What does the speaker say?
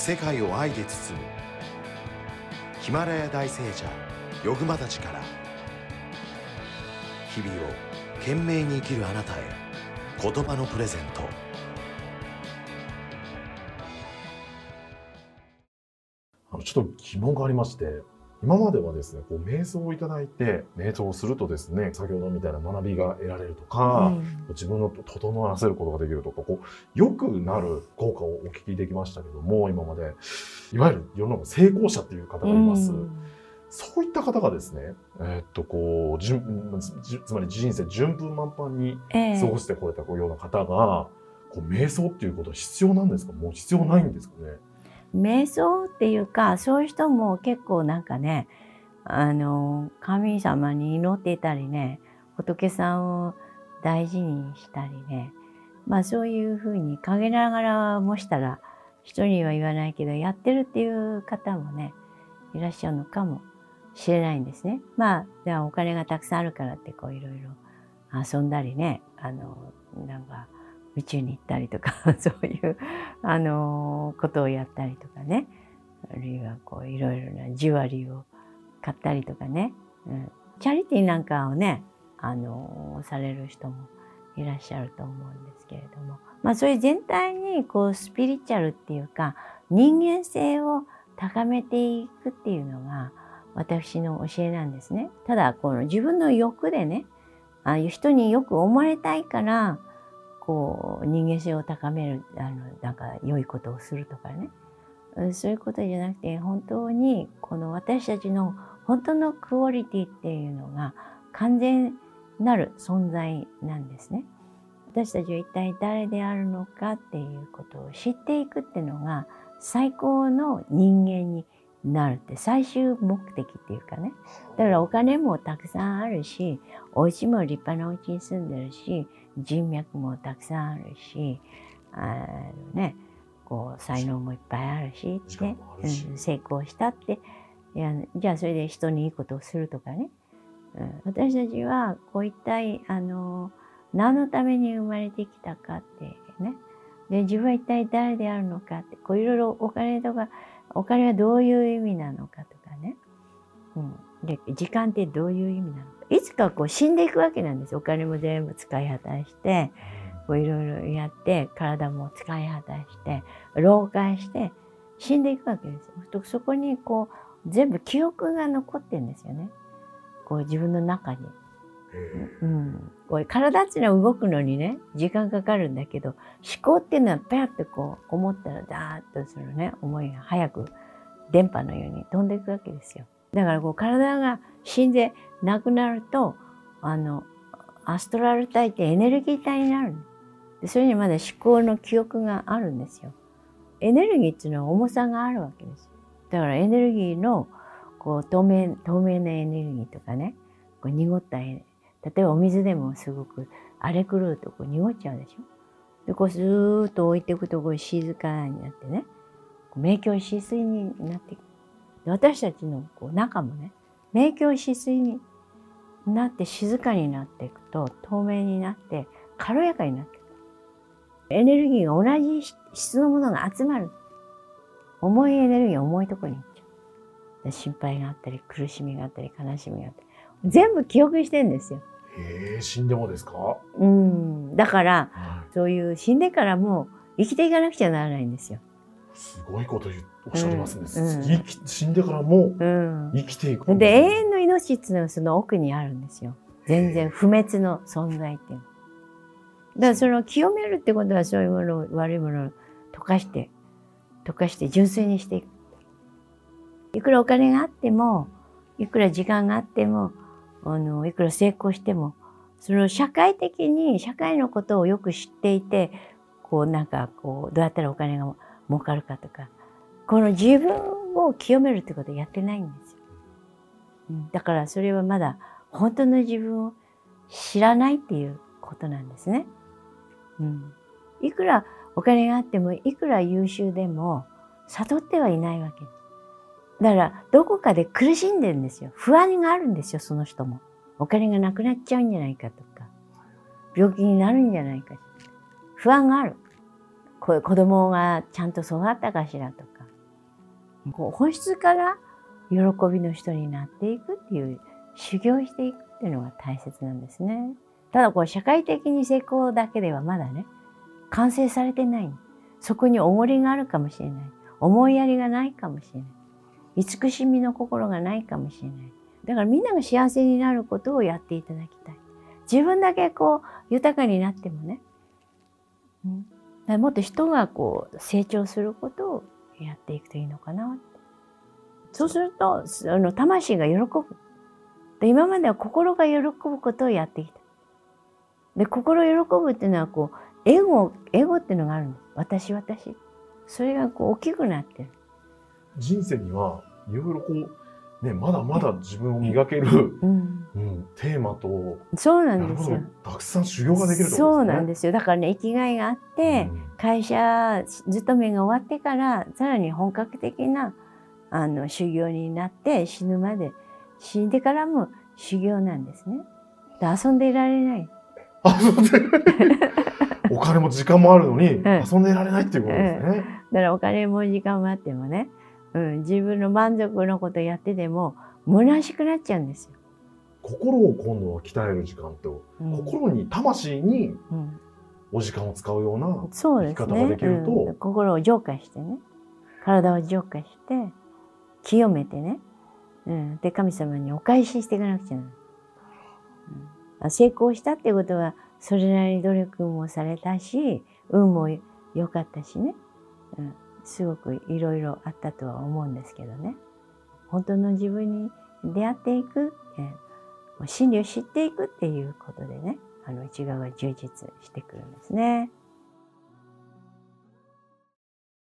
世界を愛で包むヒマラヤ大聖者ヨグマたちから、日々を懸命に生きるあなたへ言葉のプレゼント。 ちょっと疑問がありまして、今まではですね、瞑想をいただいて、瞑想をするとですね、先ほどみたいな学びが得られるとか、自分を整わせることができるとか、良くなる効果をお聞きできましたけども、今まで、いわゆる世の中成功者っていう方がいます。そういった方がですね、つまり人生順風満帆に過ごしてこれたような方が、瞑想っていうことは必要なんですか？もう必要ないんですかね？ 瞑想っていうか、そういう人も結構なんかね、神様に祈っていたりね、仏さんを大事にしたりね、そういうふうに陰ながらもしたら人には言わないけどやってるっていう方もねいらっしゃるのかもしれないんですね。ではお金がたくさんあるからっていろいろ遊んだりね、なんか宇宙に行ったりとかそういうことをやったりとかね、あるいはいろいろなジュエリーを買ったりとかね、チャリティーなんかをねされる人もいらっしゃると思うんですけれども、そういう全体にスピリチュアルっていうか人間性を高めていくっていうのが私の教えなんですね。ただ自分の欲でね、ああいう人によく思われたいから人間性を高めるなんか良いことをするとかね、そういうことじゃなくて、本当に私たちの本当のクオリティっていうのが完全なる存在なんですね。私たちは一体誰であるのかっていうことを知っていくっていうのが最高の人間になるって最終目的っていうかね。だからお金もたくさんあるし、お家も立派なお家に住んでるし、人脈もたくさんあるし、才能もいっぱいあるしって、成功したって、じゃあそれで人にいいことをするとかね。私たちは一体何のために生まれてきたかってね。で、自分は一体誰であるのかって、いろいろお金はどういう意味なのかとかね。で、時間ってどういう意味なのか。いつか死んでいくわけなんですよ。お金も全部使い果たして、いろいろやって、体も使い果たして、老化して死んでいくわけですよ。そこに全部記憶が残ってるんですよね。自分の中に。体っていうのは動くのにね、時間かかるんだけど、思考っていうのはペアって思ったらダーッとするね、思いが早く電波のように飛んでいくわけですよ。だから体が死んでなくなると、アストラル体ってエネルギー体になる。でそれにまだ思考の記憶があるんですよ。エネルギーっていうのは重さがあるわけです。だからエネルギーの透明なエネルギーとかね、濁った例えばお水でもすごく荒れ狂うと濁っちゃうでしょ。でスーッと置いていくと静かになってね、明鏡止水になっていく。で私たちの中もね、明鏡止水になって静かになっていくと透明になって軽やかになっていく。エネルギーが同じ質のものが集まる。重いエネルギーは重いところに行っちゃう。で心配があったり苦しみがあったり悲しみがあったり全部記憶してんですよ。 死んでもですか？ だから、そういう死んでからも生きていかなくちゃならないんですよ。 すごいことおっしゃいますね。死んでからも生きていく。 で永遠の命っていうのはその奥にあるんですよ。全然不滅の存在っていう。だからその清めるってことはそういうものを悪いものを溶かして純粋にしていく。いくらお金があってもいくら時間があってもいくら成功してもその社会的に社会のことをよく知っていてどうやったらお金が儲かるかとか自分を清めるってことをやってないんですよ。だからそれはまだ本当の自分を知らないっていうことなんですね。いくらお金があってもいくら優秀でも悟ってはいないわけです。だからどこかで苦しんでるんですよ。不安があるんですよ、その人も。お金がなくなっちゃうんじゃないかとか、病気になるんじゃないか。不安がある。子供がちゃんと育ったかしらとか、 こう本質から喜びの人になっていくっていう修行していくっていうのが大切なんですね。ただこう社会的に成功だけではまだね完成されてない。そこに重りがあるかもしれない。思いやりがないかもしれない。慈しみの心がないかもしれない。だからみんなが幸せになることをやっていただきたい。自分だけこう豊かになってもね、だからもっと人がこう成長することをやっていくといいのかなって。そうすると魂が喜ぶ。で今までは心が喜ぶことをやってきた。で心喜ぶっていうのはこうエゴっていうのがあるんです。私。それがこう大きくなってる。 人生にはいろいろこうね、まだまだ自分を磨ける、テーマと、 そうなんですよ。 たくさん修行ができるってことですね。 そうなんですよ。だからね、生きがいがあって、会社勤めが終わってから、さらに本格的な修行になって死ぬまで、死んでからも修行なんですね。で遊んでいられない。 遊んでいられない。お金も時間もあるのに、遊んでいられないっていうことですね。 だからお金も時間もあってもね、自分の満足のことやってても虚しくなっちゃうんですよ。 心を今度は鍛える時間と、心に魂にお時間を使うような生き方ができると、 心を浄化してね、体を浄化して清めてね、で神様にお返ししていかなくちゃならない。成功したっていうことはそれなりに努力もされたし、運も良かったしね、すごくいろいろあったとは思うんですけどね。本当の自分に出会っていく、真理を知っていくっていうことでね、内側が充実してくるんですね。